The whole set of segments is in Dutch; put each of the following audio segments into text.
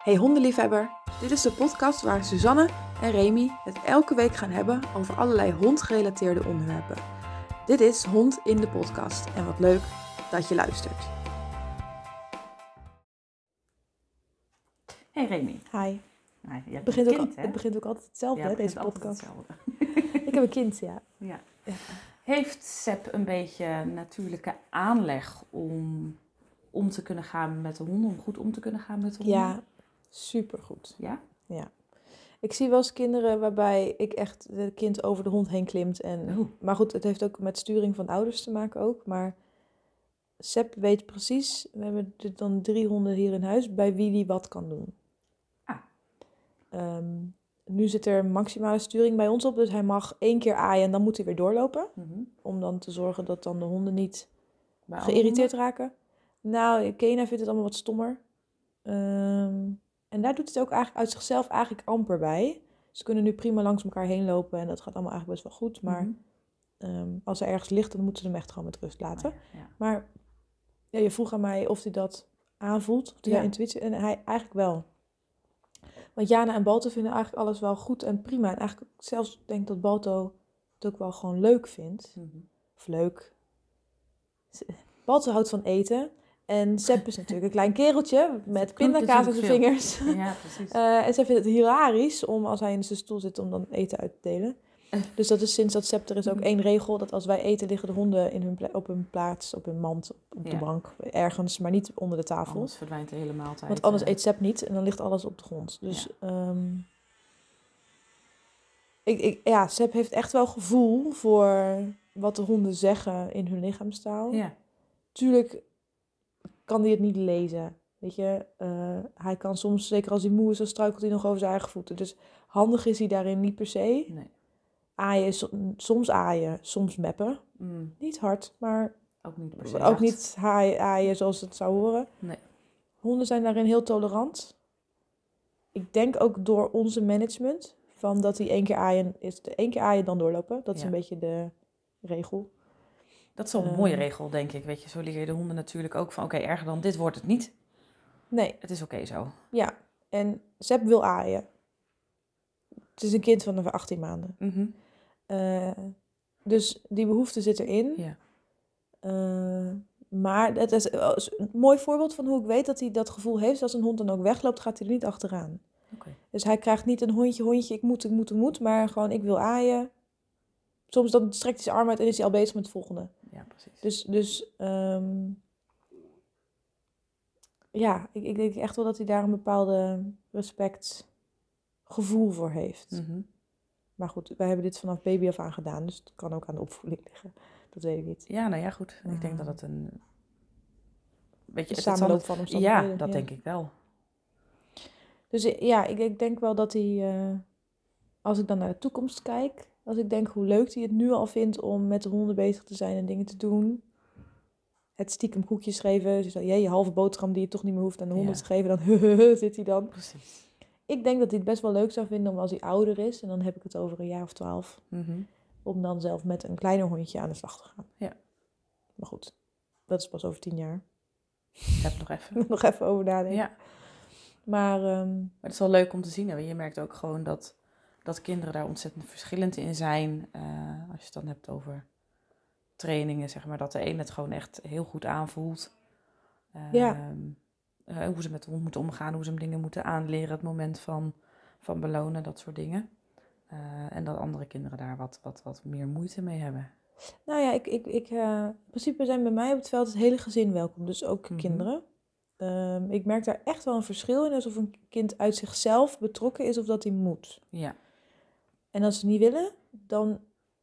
Hey hondenliefhebber, dit is de podcast waar Suzanne en Remy het elke week gaan hebben over allerlei hondgerelateerde onderwerpen. Dit is Hond in de podcast en wat leuk dat je luistert. Hey Remy. Hi. Nou, je hebt Het een kind, hè? het begint ook altijd hetzelfde, Ja, hè, het deze begint altijd podcast. hetzelfde. Ik heb een kind, ja. Ja. Heeft Seb een beetje natuurlijke aanleg om te kunnen gaan met de honden? Om goed om te kunnen gaan met de honden? Ja, supergoed. Ja? Ja. Ik zie wel eens kinderen waarbij ik echt het kind over de hond heen klimt. Maar goed, het heeft ook met sturing van ouders te maken ook. Maar Seb weet precies, we hebben dan 3 honden hier in huis, bij wie die wat kan doen. Nu zit er maximale sturing bij ons op, dus hij mag 1 keer aaien en dan moet hij weer doorlopen. Mm-hmm. Om dan te zorgen dat dan de honden niet Bij alle geïrriteerd honden? raken. Nou, Kena vindt het allemaal wat stommer. En daar doet het ook eigenlijk uit zichzelf eigenlijk amper bij. Ze kunnen nu prima langs elkaar heen lopen en dat gaat allemaal eigenlijk best wel goed. Maar als er ergens ligt, dan moeten ze hem echt gewoon met rust laten. Oh ja. Maar ja, je vroeg aan mij of hij dat aanvoelt, of hij daar intuïtie... En hij eigenlijk wel. Want Jana en Balto vinden eigenlijk alles wel goed en prima. En eigenlijk zelfs denk ik dat Balto het ook wel gewoon leuk vindt. Mm-hmm. Of leuk. Balto houdt van eten. En Seb is natuurlijk een klein kereltje met pindakaas aan zijn vingers. Ja, precies. En Seb vindt het hilarisch om als hij in zijn stoel zit om dan eten uit te delen. Dus dat is sinds dat Seb er is ook 1 regel. Dat als wij eten liggen de honden op hun plaats, op hun mand, op de bank, ergens. Maar niet onder de tafel. Anders verdwijnt de hele maaltijd. Want anders eet Seb niet en dan ligt alles op de grond. Dus Seb heeft echt wel gevoel voor wat de honden zeggen in hun lichaamstaal. Ja. Tuurlijk kan hij het niet lezen. Weet je, hij kan soms, zeker als hij moe is, dan struikelt hij nog over zijn eigen voeten. Dus handig is hij daarin niet per se. Nee. Aaien, soms meppen. Niet hard, maar Ook niet per se ook niet aaien zoals het zou horen. Nee. Honden zijn daarin heel tolerant. Ik denk ook door onze management, van dat hij 1 keer aaien is, 1 keer aaien dan doorlopen. Dat is een beetje de regel. Dat is wel een mooie regel, denk ik. Weet je, zo leer je de honden natuurlijk ook van, oké, erger dan dit wordt het niet. Nee. Het is oké zo. Ja, en Seb wil aaien. Het is een kind van 18 maanden. Mm-hmm. Dus die behoefte zit erin. Ja. Maar het is een mooi voorbeeld van hoe ik weet dat hij dat gevoel heeft. Als een hond dan ook wegloopt, gaat hij er niet achteraan. Okay. Dus hij krijgt niet een hondje, ik moet. Maar gewoon, ik wil aaien. Soms dan strekt hij zijn arm uit en is hij al bezig met het volgende. Ja, precies. Dus ik denk echt wel dat hij daar een bepaalde respectgevoel voor heeft. Mm-hmm. Maar goed, wij hebben dit vanaf baby af aan gedaan. Dus het kan ook aan de opvoeding liggen. Dat weet ik niet. Ja, nou ja, goed. Ik denk dat het een... Weet je, een samenloop van omstandigheden. Ja, dat denk ik wel. Dus ja, ik denk wel dat hij... als ik dan naar de toekomst kijk... Als ik denk hoe leuk hij het nu al vindt om met de honden bezig te zijn en dingen te doen. Het stiekem koekjes geven. Dus je halve boterham die je toch niet meer hoeft aan de honden te geven. Dan zit hij dan. Precies. Ik denk dat hij het best wel leuk zou vinden om als hij ouder is. En dan heb ik het over een jaar of 12. Mm-hmm. Om dan zelf met een kleiner hondje aan de slag te gaan. Ja. Maar goed, dat is pas over 10 jaar. Heb nog even. Nog even over nadenken. Ja. Maar het is wel leuk om te zien. Hè? Je merkt ook gewoon dat kinderen daar ontzettend verschillend in zijn. Als je het dan hebt over trainingen, zeg maar. Dat de een het gewoon echt heel goed aanvoelt. Hoe ze met de hond moeten omgaan. Hoe ze hem dingen moeten aanleren. Het moment van belonen, dat soort dingen. En dat andere kinderen daar wat meer moeite mee hebben. Nou ja, in principe zijn bij mij op het veld het hele gezin welkom. Dus ook kinderen. Ik merk daar echt wel een verschil in. Alsof een kind uit zichzelf betrokken is of dat hij moet. Ja. En als ze niet willen, dan...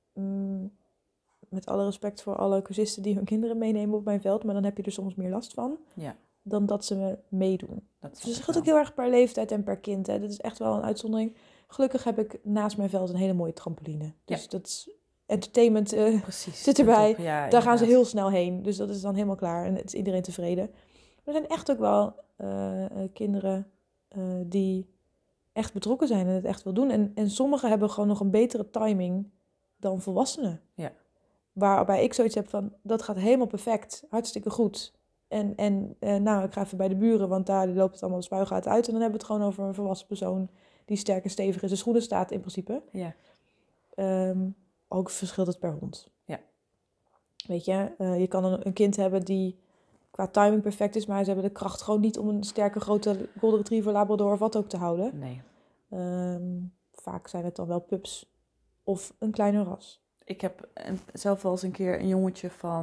met alle respect voor alle cursisten die hun kinderen meenemen op mijn veld. Maar dan heb je er soms meer last van. Ja. Dan dat ze meedoen. Dat dus het scheelt ook heel erg per leeftijd en per kind. Hè. Dat is echt wel een uitzondering. Gelukkig heb ik naast mijn veld een hele mooie trampoline. Dus dat is entertainment zit erbij. Ja, daar gaan ze heel snel heen. Dus dat is dan helemaal klaar. En het is iedereen tevreden. Maar er zijn echt ook wel kinderen die echt betrokken zijn en het echt wil doen. En sommigen hebben gewoon nog een betere timing dan volwassenen. Ja. Waarbij ik zoiets heb van, dat gaat helemaal perfect. Hartstikke goed. Nou, ik ga even bij de buren, want daar loopt het allemaal de spuigaten uit. En dan hebben we het gewoon over een volwassen persoon die sterk en stevig in zijn schoenen staat in principe. Ja. Ook verschilt het per hond. Ja. Weet je, je kan een kind hebben die qua timing perfect is, maar ze hebben de kracht gewoon niet om een sterke grote golden retriever, labrador of wat ook te houden. Nee. Vaak zijn het dan wel pups of een kleiner ras. Ik heb zelf wel eens een keer een jongetje van...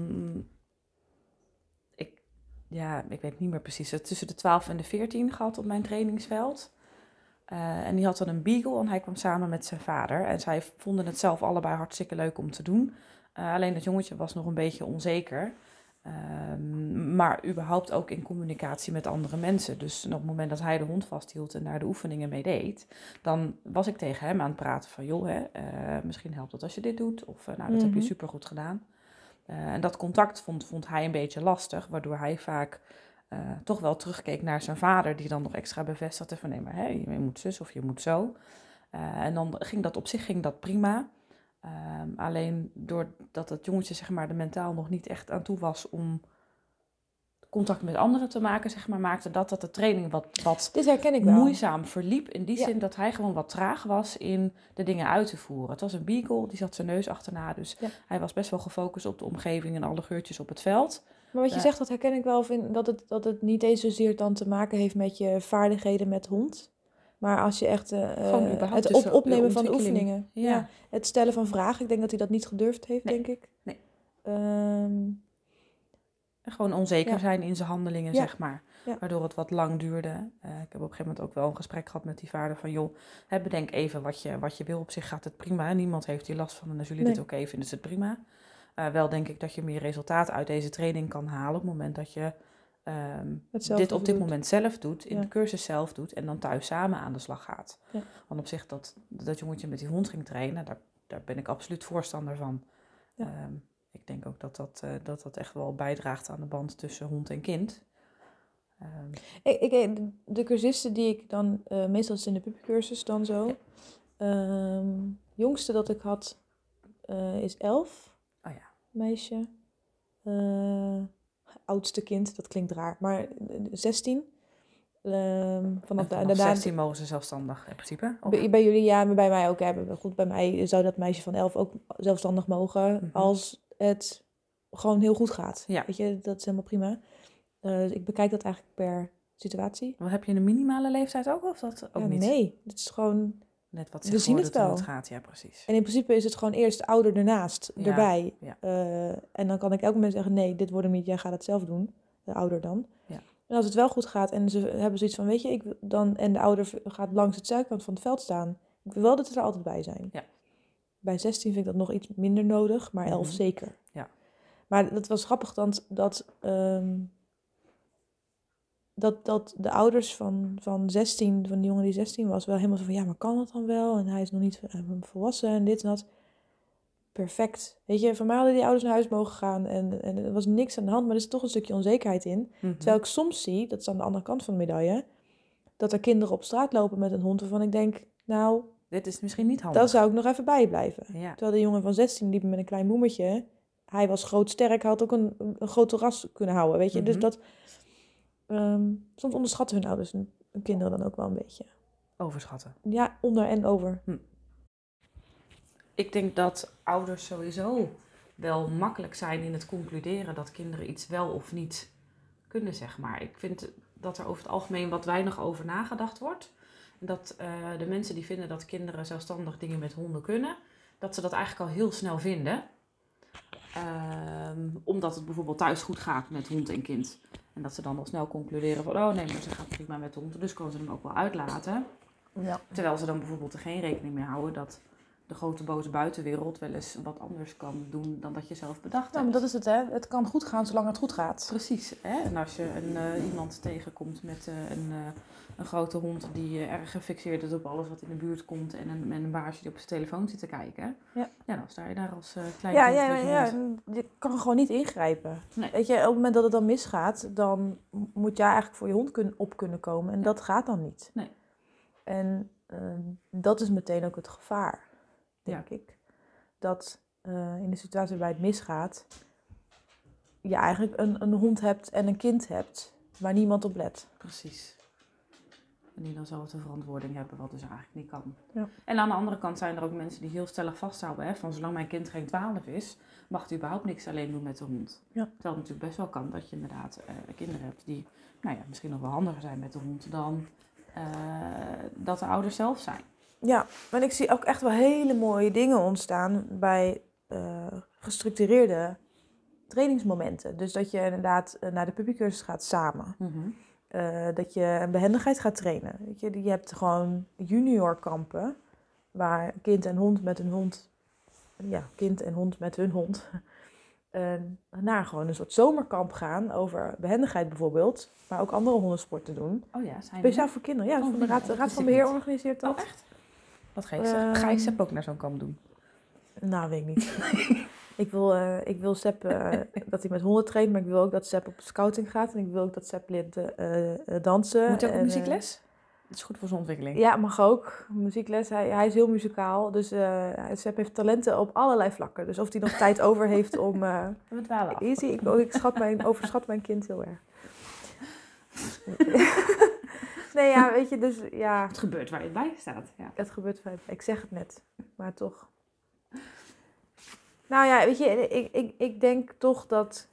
Ik weet niet meer precies. Tussen de 12 en de 14 gehad op mijn trainingsveld. En die had dan een beagle en hij kwam samen met zijn vader. En zij vonden het zelf allebei hartstikke leuk om te doen. Alleen het jongetje was nog een beetje onzeker. Maar überhaupt ook in communicatie met andere mensen. Dus op het moment dat hij de hond vasthield en daar de oefeningen mee deed, dan was ik tegen hem aan het praten van, joh, misschien helpt het als je dit doet. Of dat heb je supergoed gedaan. En dat contact vond hij een beetje lastig, waardoor hij vaak toch wel terugkeek naar zijn vader, die dan nog extra bevestigde van, nee, maar je moet zus of je moet zo. En dan ging dat prima. Alleen doordat het jongetje zeg maar, er mentaal nog niet echt aan toe was om contact met anderen te maken, zeg maar, maakte dat de training wat Dit herken ik wel. moeizaam verliep. In die zin dat hij gewoon wat traag was in de dingen uit te voeren. Het was een beagle, die zat zijn neus achterna. Dus hij was best wel gefocust op de omgeving en alle geurtjes op het veld. Maar wat je zegt, dat herken ik wel. Dat het niet eens zozeer dan te maken heeft met je vaardigheden met hond. Maar als je echt het opnemen van de oefeningen. Ja. Het stellen van vragen. Ik denk dat hij dat niet gedurfd heeft, denk ik. Nee. Gewoon onzeker zijn in zijn handelingen, zeg maar. Ja. Waardoor het wat lang duurde. Ik heb op een gegeven moment ook wel een gesprek gehad met die vader van, joh, bedenk even wat je wil. Op zich gaat het prima. Niemand heeft hier last van. En als jullie dit oké vinden, is het prima. Wel denk ik dat je meer resultaat uit deze training kan halen op het moment dat je dit op dit moment zelf doet, in de cursus zelf doet en dan thuis samen aan de slag gaat. Ja. Want op zich dat jongetje met die hond ging trainen, daar ben ik absoluut voorstander van. Ja. Ik denk ook dat echt wel bijdraagt aan de band tussen hond en kind. De cursisten die ik dan, meestal is het in de puppycursus dan zo. Ja. Jongste dat ik had is 11. Oh ja. Meisje. Oudste kind, dat klinkt raar, maar 16. Vanaf 16 mogen ze zelfstandig in principe? Bij jullie, ja, maar bij mij ook. Goed, bij mij zou dat meisje van 11 ook zelfstandig mogen, als het gewoon heel goed gaat. Ja. Weet je, dat is helemaal prima. Ik bekijk dat eigenlijk per situatie. Maar heb je een minimale leeftijd ook, of dat ook niet? Nee, het is gewoon... Net wat we zien het wel. Het gaat, ja, precies. En in principe is het gewoon eerst ouder ernaast, erbij. Ja. En dan kan ik elk moment zeggen, nee, dit wordt hem niet, jij gaat het zelf doen. De ouder dan. Ja. En als het wel goed gaat en ze hebben zoiets van, weet je, en de ouder gaat langs het zuidkant van het veld staan. Ik wil wel dat ze er altijd bij zijn. Ja. Bij 16 vind ik dat nog iets minder nodig, maar 11 zeker. Ja. Maar dat was grappig dat de ouders van 16, van die jongen die 16 was, wel helemaal zo van, ja, maar kan dat dan wel? En hij is nog niet volwassen en dit en dat. Perfect. Weet je, voor mij hadden die ouders naar huis mogen gaan en er was niks aan de hand, maar er is toch een stukje onzekerheid in. Terwijl ik soms zie, dat is aan de andere kant van de medaille, dat er kinderen op straat lopen met een hond waarvan ik denk, nou... Dit is misschien niet handig. Daar zou ik nog even bij blijven. Ja. Terwijl de jongen van 16 liep met een klein boemertje. Hij was groot sterk, hij had ook een grote ras kunnen houden, weet je. Dus dat... soms onderschatten hun ouders hun kinderen dan ook wel een beetje. Overschatten. Ja, onder en over. Ik denk dat ouders sowieso wel makkelijk zijn in het concluderen dat kinderen iets wel of niet kunnen, zeg maar. Ik vind dat er over het algemeen wat weinig over nagedacht wordt. Dat de mensen die vinden dat kinderen zelfstandig dingen met honden kunnen, dat ze dat eigenlijk al heel snel vinden. Omdat het bijvoorbeeld thuis goed gaat met hond en kind. En dat ze dan al snel concluderen van, oh nee, maar ze gaat prima met de hond, dus kan ze hem ook wel uitlaten. Ja. Terwijl ze dan bijvoorbeeld er geen rekening mee houden dat de grote boze buitenwereld wel eens wat anders kan doen dan dat je zelf bedacht hebt. Ja, maar dat is het, hè. Het kan goed gaan zolang het goed gaat. Precies, hè. En als je iemand tegenkomt met een grote hond die erg gefixeerd is op alles wat in de buurt komt en een baasje die op zijn telefoon zit te kijken, ja, dan sta je daar als klein kind. Ja, je kan gewoon niet ingrijpen. Nee. Weet je, op het moment dat het dan misgaat, dan moet jij eigenlijk voor je hond op kunnen komen en dat gaat dan niet. Nee. En dat is meteen ook het gevaar, denk ik. Dat in de situatie waarbij het misgaat, je eigenlijk een hond hebt en een kind hebt waar niemand op let. Precies. En die dan zelf de verantwoording hebben, wat dus eigenlijk niet kan. Ja. En aan de andere kant zijn er ook mensen die heel stellig vasthouden. Hè, van zolang mijn kind geen 12 is, mag het überhaupt niks alleen doen met de hond. Ja. Terwijl het natuurlijk best wel kan dat je inderdaad kinderen hebt die misschien nog wel handiger zijn met de hond dan dat de ouders zelf zijn. Ja, en ik zie ook echt wel hele mooie dingen ontstaan bij gestructureerde trainingsmomenten. Dus dat je inderdaad naar de puppycursus gaat samen. Mm-hmm. Dat je behendigheid gaat trainen. Weet je hebt gewoon juniorkampen waar kind en hond met een hond, kind en hond met hun hond, naar gewoon een soort zomerkamp gaan over behendigheid bijvoorbeeld, maar ook andere hondensporten doen. Oh ja, zijn speciaal voor kinderen. Ja, van de Raad van Beheer organiseert dat. Oh, echt? Wat geestig. Ga ik Sepp ook naar zo'n kamp doen? Nou, weet ik niet. Ik wil Sepp dat hij met honden traint, maar ik wil ook dat Sepp op scouting gaat. En ik wil ook dat Sepp leert dansen. Moet hij ook op muziekles? Dat is goed voor zijn ontwikkeling. Ja, mag ook. Muziekles. Hij is heel muzikaal. Dus Sepp heeft talenten op allerlei vlakken. Dus of hij nog tijd over heeft om... We dwalen af. Ik overschat mijn kind heel erg. Nee, ja, weet je, dus ja... Het gebeurt waar je bij staat. Ja. Het gebeurt waar je bij... Ik zeg het net, maar toch... Nou ja, weet je, ik denk toch dat...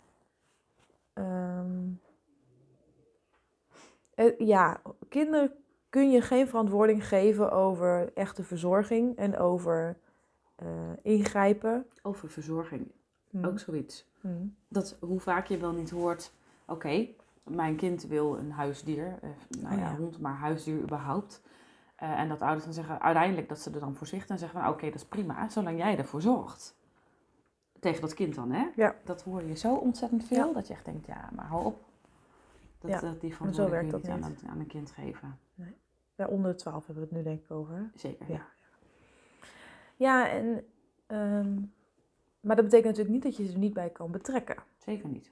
kinderen kun je geen verantwoording geven over echte verzorging en over ingrijpen. Over verzorging, ook zoiets. Hmm. Dat hoe vaak je wel niet hoort, oké, mijn kind wil een huisdier, hond, maar huisdier überhaupt. En dat ouders dan zeggen, uiteindelijk dat ze er dan voor zich en zeggen van oké, dat is prima, zolang jij ervoor zorgt. Tegen dat kind dan, hè? Ja. Dat hoor je zo ontzettend veel, Ja. dat je echt denkt, ja, maar hou op. Die zo verantwoording werkt kun je dat niet aan een kind geven. Nee. Ja, onder de 12 hebben we het nu denk ik over. Hè? Zeker. Ja. Ja, en... maar dat betekent natuurlijk niet dat je ze er niet bij kan betrekken. Zeker niet.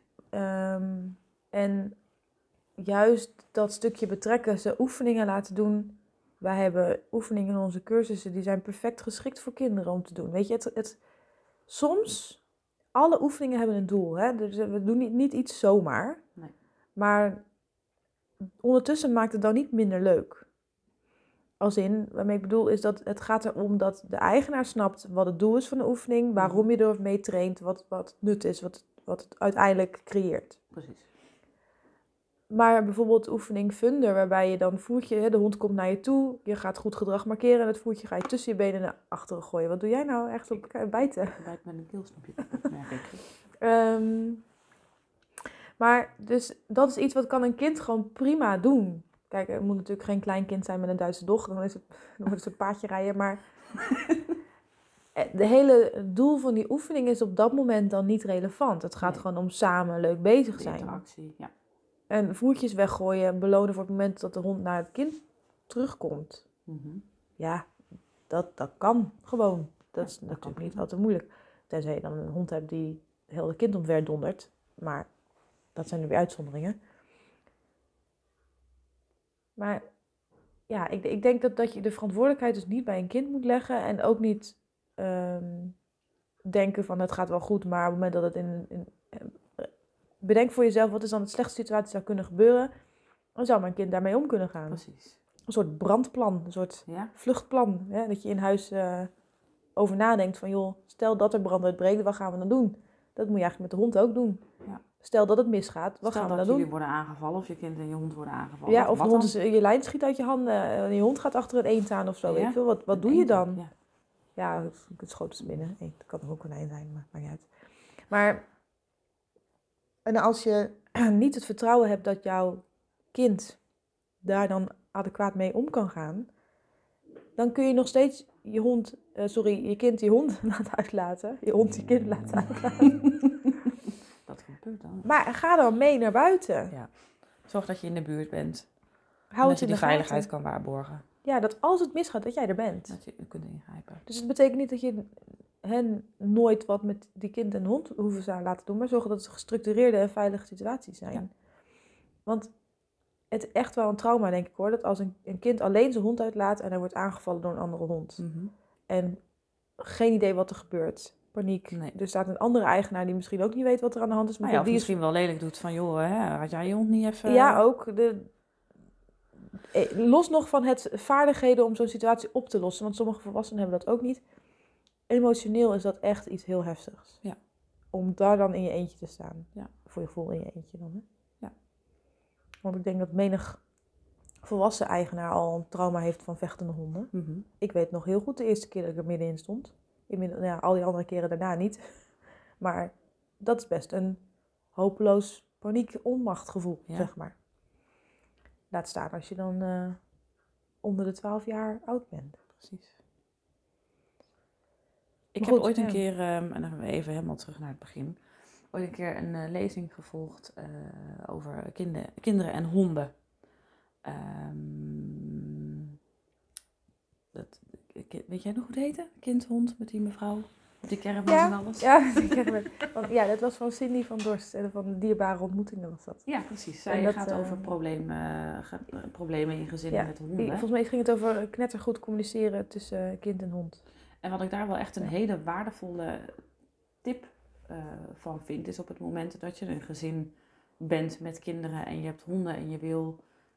En juist dat stukje betrekken, ze oefeningen laten doen. Wij hebben oefeningen in onze cursussen, die zijn perfect geschikt voor kinderen om te doen. Weet je, soms, alle oefeningen hebben een doel. Hè? Dus we doen niet iets zomaar. Nee. Maar ondertussen maakt het dan niet minder leuk. Als in, waarmee ik bedoel, is dat het gaat erom dat de eigenaar snapt wat het doel is van de oefening, waarom je er mee traint, wat het nut is, wat het uiteindelijk creëert. Precies. Maar bijvoorbeeld oefening Funder, waarbij je dan voertje, de hond komt naar je toe, je gaat goed gedrag markeren en het voertje ga je tussen je benen naar achteren gooien. Wat doe jij nou? Echt op bijten? Je bijt met een keelsnopje, merk ik. Maar dus dat is iets wat kan een kind gewoon prima doen. Kijk, er moet natuurlijk geen klein kind zijn met een Duitse dochter, dan wordt het een paardje rijden. Maar de hele doel van die oefening is op dat moment dan niet relevant. Het gaat gewoon om samen leuk bezig zijn. Interactie, ja. En voertjes weggooien en belonen voor het moment dat de hond naar het kind terugkomt. Mm-hmm. Ja, dat kan gewoon. Dat is natuurlijk kan niet altijd moeilijk. Tenzij je dan een hond hebt die heel het kind omver dondert. Maar dat zijn er weer uitzonderingen. Maar ja, ik denk dat je de verantwoordelijkheid dus niet bij een kind moet leggen. En ook niet denken van het gaat wel goed. Maar op het moment dat het bedenk voor jezelf, wat is dan de slechtste situatie die zou kunnen gebeuren? Dan zou mijn kind daarmee om kunnen gaan. Precies. Een soort brandplan, een soort vluchtplan. Hè? Dat je in huis over nadenkt van joh, stel dat er brand uitbreekt, wat gaan we dan doen? Dat moet je eigenlijk met de hond ook doen. Ja. Stel dat het misgaat, wat gaan we dan doen? Stel dat jullie worden aangevallen of je kind en je hond worden aangevallen. Ja, of de hond je lijn schiet uit je handen en je hond gaat achter een eend aan of zo. Weet je veel. Wat doe je dan? Ja, het schoot dus binnen. Dat kan ook een eind zijn, maar maakt niet uit. Maar en als je niet het vertrouwen hebt dat jouw kind daar dan adequaat mee om kan gaan, dan kun je nog steeds je kind je hond laten uitlaten. Je hond je kind laten uitlaten. Dat gebeurt dan. Maar ga dan mee naar buiten. Ja. Zorg dat je in de buurt bent. Hou dat je die veiligheid gaten. kan waarborgen. Ja, dat als het misgaat, dat jij er bent. Dat je kunt ingrijpen. Dus het betekent niet dat je hen nooit wat met die kind en hond hoeven zou laten doen, maar zorgen dat het gestructureerde en veilige situaties zijn. Ja. Want het is echt wel een trauma, denk ik hoor, dat als een kind alleen zijn hond uitlaat en hij wordt aangevallen door een andere hond. Mm-hmm. En geen idee wat er gebeurt. paniek. Nee. Er staat een andere eigenaar die misschien ook niet weet wat er aan de hand is. Maar Nou ja, of die misschien wel lelijk doet van, joh, hè, had jij je hond niet even... Ja, ook. Los nog van het vaardigheden om zo'n situatie op te lossen. Want sommige volwassenen hebben dat ook niet. Emotioneel is dat echt iets heel heftigs. Ja. Om daar dan in je eentje te staan. Ja. Voor je gevoel in je eentje dan. Hè? Ja. Want ik denk dat menig volwassen eigenaar al een trauma heeft van vechtende honden. Mhm. Ik weet nog heel goed de eerste keer dat ik er middenin stond. Ja, al die andere keren daarna niet. Maar dat is best een hopeloos paniek-onmachtgevoel, Ja. zeg maar. Laat staan als je dan onder de 12 jaar oud bent. Precies. Ik Maar heb goed, ooit een ja. keer, en dan gaan we even helemaal terug naar het begin, ooit een keer een lezing gevolgd over kinderen en honden. Weet jij nog hoe het heette? Kind, hond, met die mevrouw, met die caravan en alles? Ja, dat was van Cindy van Dorst en van de dierbare ontmoetingen was dat. Ja, precies. En Zij dat, gaat over problemen in gezinnen met honden. Volgens mij ging het over knettergoed communiceren tussen kind en hond. En wat ik daar wel echt een hele waardevolle tip van vind, is op het moment dat je een gezin bent met kinderen en je hebt honden en je wil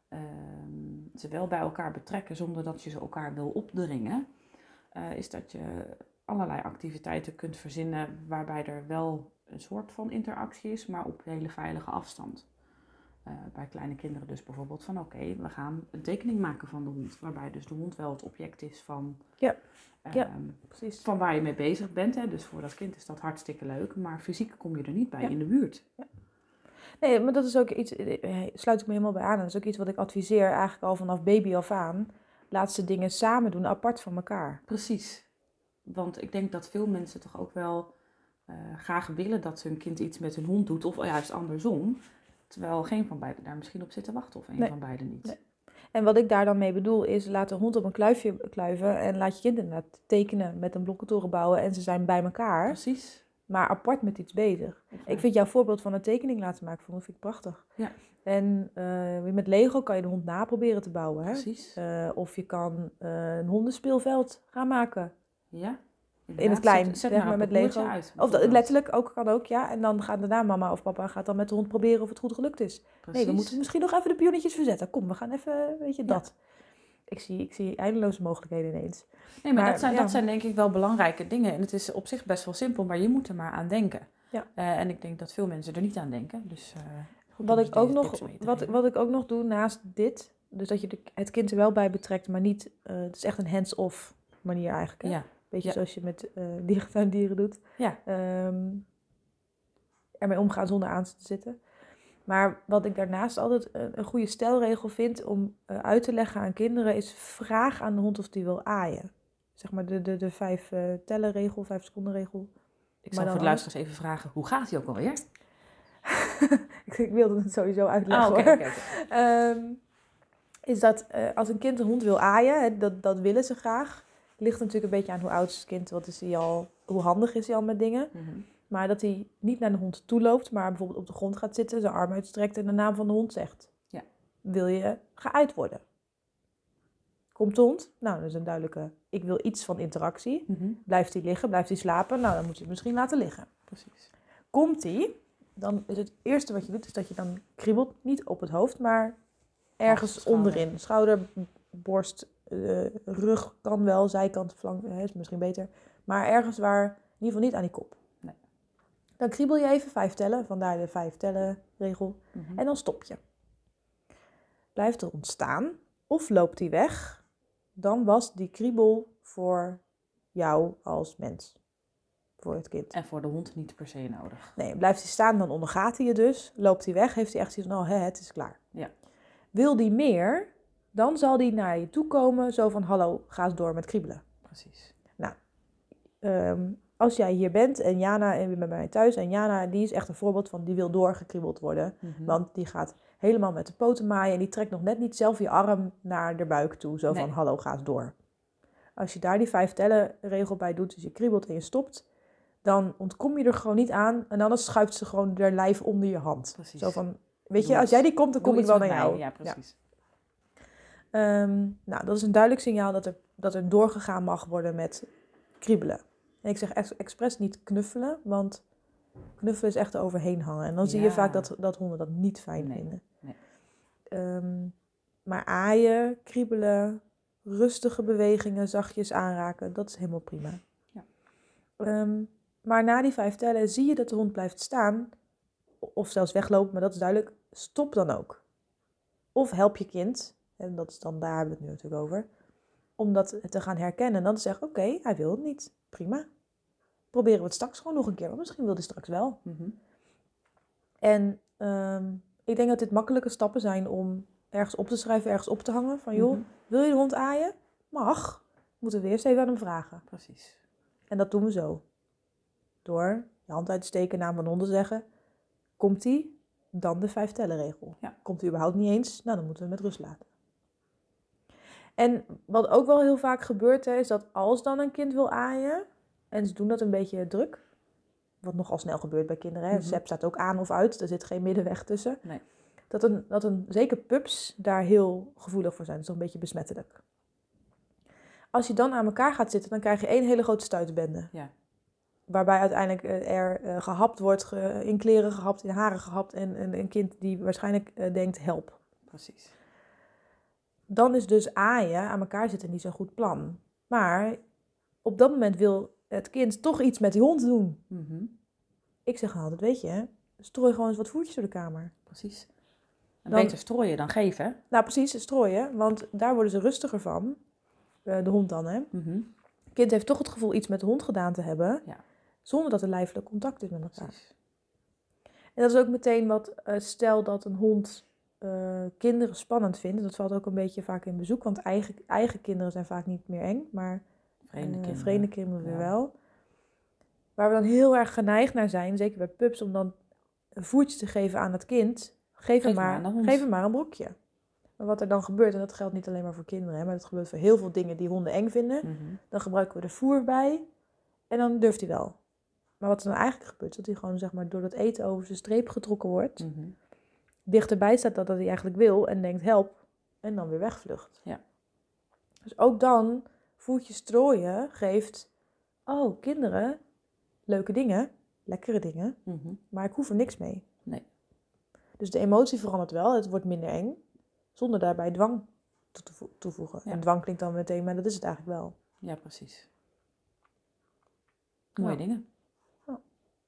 ze wel bij elkaar betrekken zonder dat je ze elkaar wil opdringen, is dat je allerlei activiteiten kunt verzinnen waarbij er wel een soort van interactie is, maar op hele veilige afstand. Bij kleine kinderen dus bijvoorbeeld van oké, we gaan een tekening maken van de hond, waarbij dus de hond wel het object is van, precies. van waar je mee bezig bent. Hè. Dus voor dat kind is dat hartstikke leuk, maar fysiek kom je er niet bij in de buurt. Ja. Nee, maar dat is ook iets, sluit ik me helemaal bij aan. Dat is ook iets wat ik adviseer eigenlijk al vanaf baby af aan. Laat ze dingen samen doen, apart van elkaar. Precies. Want ik denk dat veel mensen toch ook wel graag willen dat hun kind iets met hun hond doet, of juist andersom. Terwijl geen van beiden daar misschien op zit te wachten, of een van beiden niet. Nee. En wat ik daar dan mee bedoel is, laat de hond op een kluifje kluiven en laat je kind inderdaad tekenen met een blokkentoren bouwen en ze zijn bij elkaar. Precies. Maar apart met iets bezig. Ik vind jouw voorbeeld van een tekening laten maken, vind ik prachtig. Ja. En met Lego kan je de hond na proberen te bouwen. Hè? Precies. Of je kan een hondenspeelveld gaan maken. Ja. In het klein, Zet zeg maar met Lego. Uit, of dat, letterlijk ook, kan ook, ja. En dan gaat daarna mama of papa gaat dan met de hond proberen of het goed gelukt is. Precies. Nee, we moeten misschien nog even de pionnetjes verzetten. Kom, we gaan even, weet je, dat. Ik zie eindeloze mogelijkheden ineens. Nee, maar dat zijn denk ik wel belangrijke dingen. En het is op zich best wel simpel, maar je moet er maar aan denken. Ja. En ik denk dat veel mensen er niet aan denken. Dus goed, wat ik ook nog doe naast dit, dus dat je het kind er wel bij betrekt, maar niet, het is echt een hands-off manier eigenlijk. Hè? Ja. Beetje zoals je met dierentuindieren doet. Ja. Ermee omgaan zonder aan te zitten. Maar wat ik daarnaast altijd een goede stelregel vind om uit te leggen aan kinderen, is vraag aan de hond of die wil aaien. Zeg maar de 5 tellenregel, 5 seconden regel. Ik zal voor de luisteraars even vragen, hoe gaat die ook alweer? Ik wilde het sowieso uitleggen. Okay. Is dat als een kind een hond wil aaien, dat willen ze graag. Ligt natuurlijk een beetje aan hoe oud is het kind, hoe handig is hij al met dingen. Mm-hmm. Maar dat hij niet naar de hond toe loopt, maar bijvoorbeeld op de grond gaat zitten, zijn arm uitstrekt en de naam van de hond zegt. Ja. Wil je geaaid worden? Komt de hond? Nou, dat is een duidelijke, ik wil iets van interactie. Mm-hmm. Blijft hij liggen? Blijft hij slapen? Nou, dan moet je het misschien laten liggen. Precies. Komt hij, dan is het eerste wat je doet, is dat je dan kriebelt, niet op het hoofd, maar ergens onderin. Schouder, borst, rug kan wel, zijkant, flank, is misschien beter. Maar ergens waar, in ieder geval niet aan die kop. Nee. Dan kriebel je even 5 tellen, vandaar de 5 tellen regel. Mm-hmm. En dan stop je. Blijft er ontstaan of loopt hij weg, dan was die kriebel voor jou als mens. Voor het kind. En voor de hond niet per se nodig. Nee, blijft hij staan, dan ondergaat hij je dus. Loopt hij weg, heeft hij echt zoiets van, het is klaar. Ja. Wil die meer, dan zal die naar je toe komen, zo van, hallo, ga eens door met kriebelen. Precies. Nou, als jij hier bent en Jana en bij mij thuis, en Jana, die is echt een voorbeeld van, die wil doorgekriebeld worden. Mm-hmm. Want die gaat helemaal met de poten maaien en die trekt nog net niet zelf je arm naar de buik toe. Zo van, hallo, ga eens door. Als je daar die 5 tellen regel bij doet, dus je kriebelt en je stopt, dan ontkom je er gewoon niet aan. En anders schuift ze gewoon haar lijf onder je hand. Precies. Zo van, weet je, als jij die komt, dan kom ik wel naar jou. Ja, precies. Ja. Nou, dat is een duidelijk signaal dat er doorgegaan mag worden met kriebelen. En ik zeg expres niet knuffelen, want knuffelen is echt er overheen hangen. En dan zie je vaak dat honden dat niet fijn vinden. Nee. Maar aaien, kriebelen, rustige bewegingen, zachtjes aanraken, dat is helemaal prima. Ja. Maar na die 5 tellen zie je dat de hond blijft staan, of zelfs weglopen, maar dat is duidelijk, stop dan ook. Of help je kind, en dat is dan, daar hebben we het nu natuurlijk over, om dat te gaan herkennen. En dan te zeggen, oké, hij wil het niet, prima. Proberen we het straks gewoon nog een keer, want misschien wil hij straks wel. Mm-hmm. En ik denk dat dit makkelijke stappen zijn om ergens op te schrijven, ergens op te hangen. Van joh, wil je de hond aaien? Mag. Moeten we eerst even aan hem vragen. Precies. En dat doen we zo. Door je hand uit te steken, naam van de hond te zeggen. Komt-ie? Dan de 5 tellen regel. Ja. Komt hij überhaupt niet eens? Nou, dan moeten we hem met rust laten. En wat ook wel heel vaak gebeurt, is dat als dan een kind wil aaien, en ze doen dat een beetje druk, wat nogal snel gebeurt bij kinderen, hè. Sep staat ook aan of uit, er zit geen middenweg tussen. Nee. Dat zeker pups daar heel gevoelig voor zijn, dat is toch een beetje besmettelijk. Als je dan aan elkaar gaat zitten, dan krijg je 1 hele grote stuitbende. Ja. Waarbij uiteindelijk er gehapt wordt, in kleren gehapt, in haren gehapt. En een kind die waarschijnlijk denkt, help. Precies. Dan is dus aaien, aan elkaar zitten, niet zo'n goed plan. Maar op dat moment wil het kind toch iets met die hond doen. Mm-hmm. Ik zeg altijd, weet je, strooi gewoon eens wat voertjes door de kamer. Precies. En beter strooien dan geven. Nou precies, strooien, want daar worden ze rustiger van. De hond dan, hè. Mm-hmm. Het kind heeft toch het gevoel iets met de hond gedaan te hebben. Ja. Zonder dat er lijfelijk contact is met elkaar. Precies. En dat is ook meteen wat, stel dat een hond kinderen spannend vindt. Dat valt ook een beetje vaak in bezoek, want eigen kinderen zijn vaak niet meer eng. Maar vreemde kinderen weer wel. Waar we dan heel erg geneigd naar zijn, zeker bij pups, om dan een voertje te geven aan het kind. Geef hem maar een brokje. Maar wat er dan gebeurt, en dat geldt niet alleen maar voor kinderen, hè, maar dat gebeurt voor heel veel dingen die honden eng vinden. Mm-hmm. Dan gebruiken we er voer bij en dan durft hij wel. Maar wat er dan eigenlijk gebeurt, is dat hij gewoon zeg maar, door dat eten over zijn streep getrokken wordt. Mm-hmm. Dichterbij staat dat hij eigenlijk wil en denkt help. En dan weer wegvlucht. Ja. Dus ook dan, voertje strooien geeft, oh kinderen, leuke dingen, lekkere dingen. Mm-hmm. Maar ik hoef er niks mee. Nee. Dus de emotie verandert wel, het wordt minder eng. Zonder daarbij dwang toevoegen. Ja. En dwang klinkt dan meteen, maar dat is het eigenlijk wel. Ja, precies. Mooie dingen. Ja.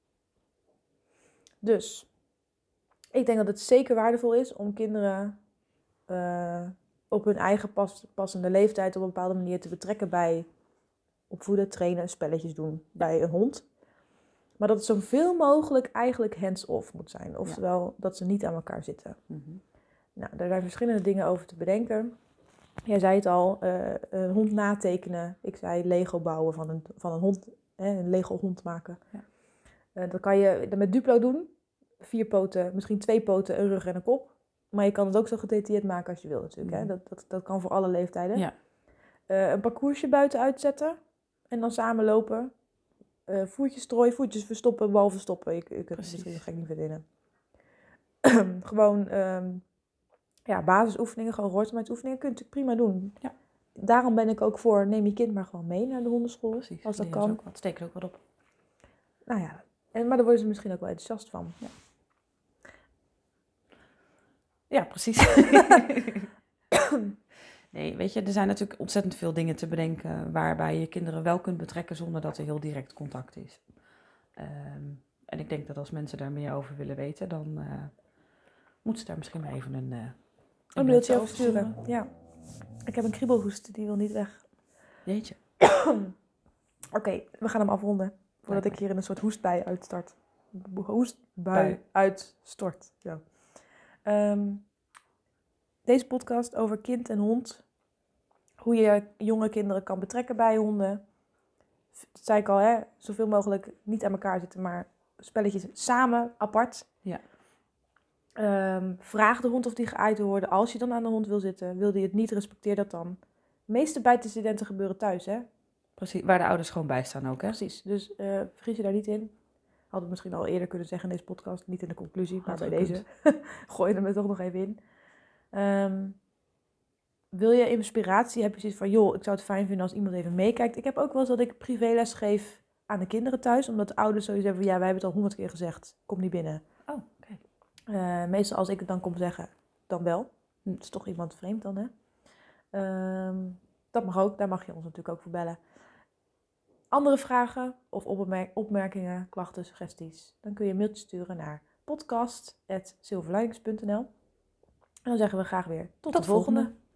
Dus, ik denk dat het zeker waardevol is om kinderen op hun eigen passende leeftijd op een bepaalde manier te betrekken bij opvoeden, trainen, spelletjes doen bij een hond. Maar dat het zoveel mogelijk eigenlijk hands-off moet zijn. Oftewel dat ze niet aan elkaar zitten. Mm-hmm. Nou, daar zijn verschillende dingen over te bedenken. Jij zei het al, een hond natekenen. Ik zei Lego bouwen van een hond, een Lego hond maken. Ja. Dat kan je met Duplo doen. 4 poten, misschien 2 poten, een rug en een kop. Maar je kan het ook zo gedetailleerd maken als je wil natuurlijk. Mm-hmm. Hè? Dat kan voor alle leeftijden. Ja. Een parcoursje buiten uitzetten. En dan samen lopen. Voertjes strooien, voertjes verstoppen, bal verstoppen. Ik heb het misschien gek niet verzinnen. Gewoon basisoefeningen, gewoon gehoorzaamheidsoefeningen kun je natuurlijk prima doen. Ja. Daarom ben ik ook voor, neem je kind maar gewoon mee naar de hondenschool. Precies, als dat kan. Steek er ook wat op. Nou ja, maar daar worden ze misschien ook wel enthousiast van. Ja, ja precies. Nee, weet je, er zijn natuurlijk ontzettend veel dingen te bedenken waarbij je kinderen wel kunt betrekken zonder dat er heel direct contact is. En ik denk dat als mensen daar meer over willen weten, dan moeten ze daar misschien maar even een mailtje over sturen. Ja. Ik heb een kriebelhoest, die wil niet weg. Jeetje. Oké, we gaan hem afronden. Voordat ik hier in een soort hoestbui uitstart. Hoestbui uitstort. Ja. Deze podcast over kind en hond. Hoe je jonge kinderen kan betrekken bij honden. Dat zei ik al, hè? Zoveel mogelijk niet aan elkaar zitten, maar spelletjes samen, apart. Ja. Vraag de hond of die geaaid wil worden. Als je dan aan de hond wil zitten, wil die het niet, respecteer dat dan. De meeste bijtincidenten gebeuren thuis, hè? Precies, waar de ouders gewoon bij staan ook, hè? Precies, dus vergis je daar niet in. Had het misschien al eerder kunnen zeggen in deze podcast, niet in de conclusie, maar bij deze gooi je hem er toch nog even in. Wil je inspiratie? Heb je zoiets van, joh, ik zou het fijn vinden als iemand even meekijkt. Ik heb ook wel eens dat ik privéles geef aan de kinderen thuis. Omdat de ouders sowieso hebben van, ja, wij hebben het al 100 keer gezegd. Kom niet binnen. Oh, oké. Meestal als ik het dan kom zeggen, dan wel. Het is toch iemand vreemd dan, hè? Dat mag ook. Daar mag je ons natuurlijk ook voor bellen. Andere vragen of opmerkingen, klachten, suggesties, dan kun je een mailtje sturen naar podcast@silverlinings.nl. En dan zeggen we graag weer tot de volgende.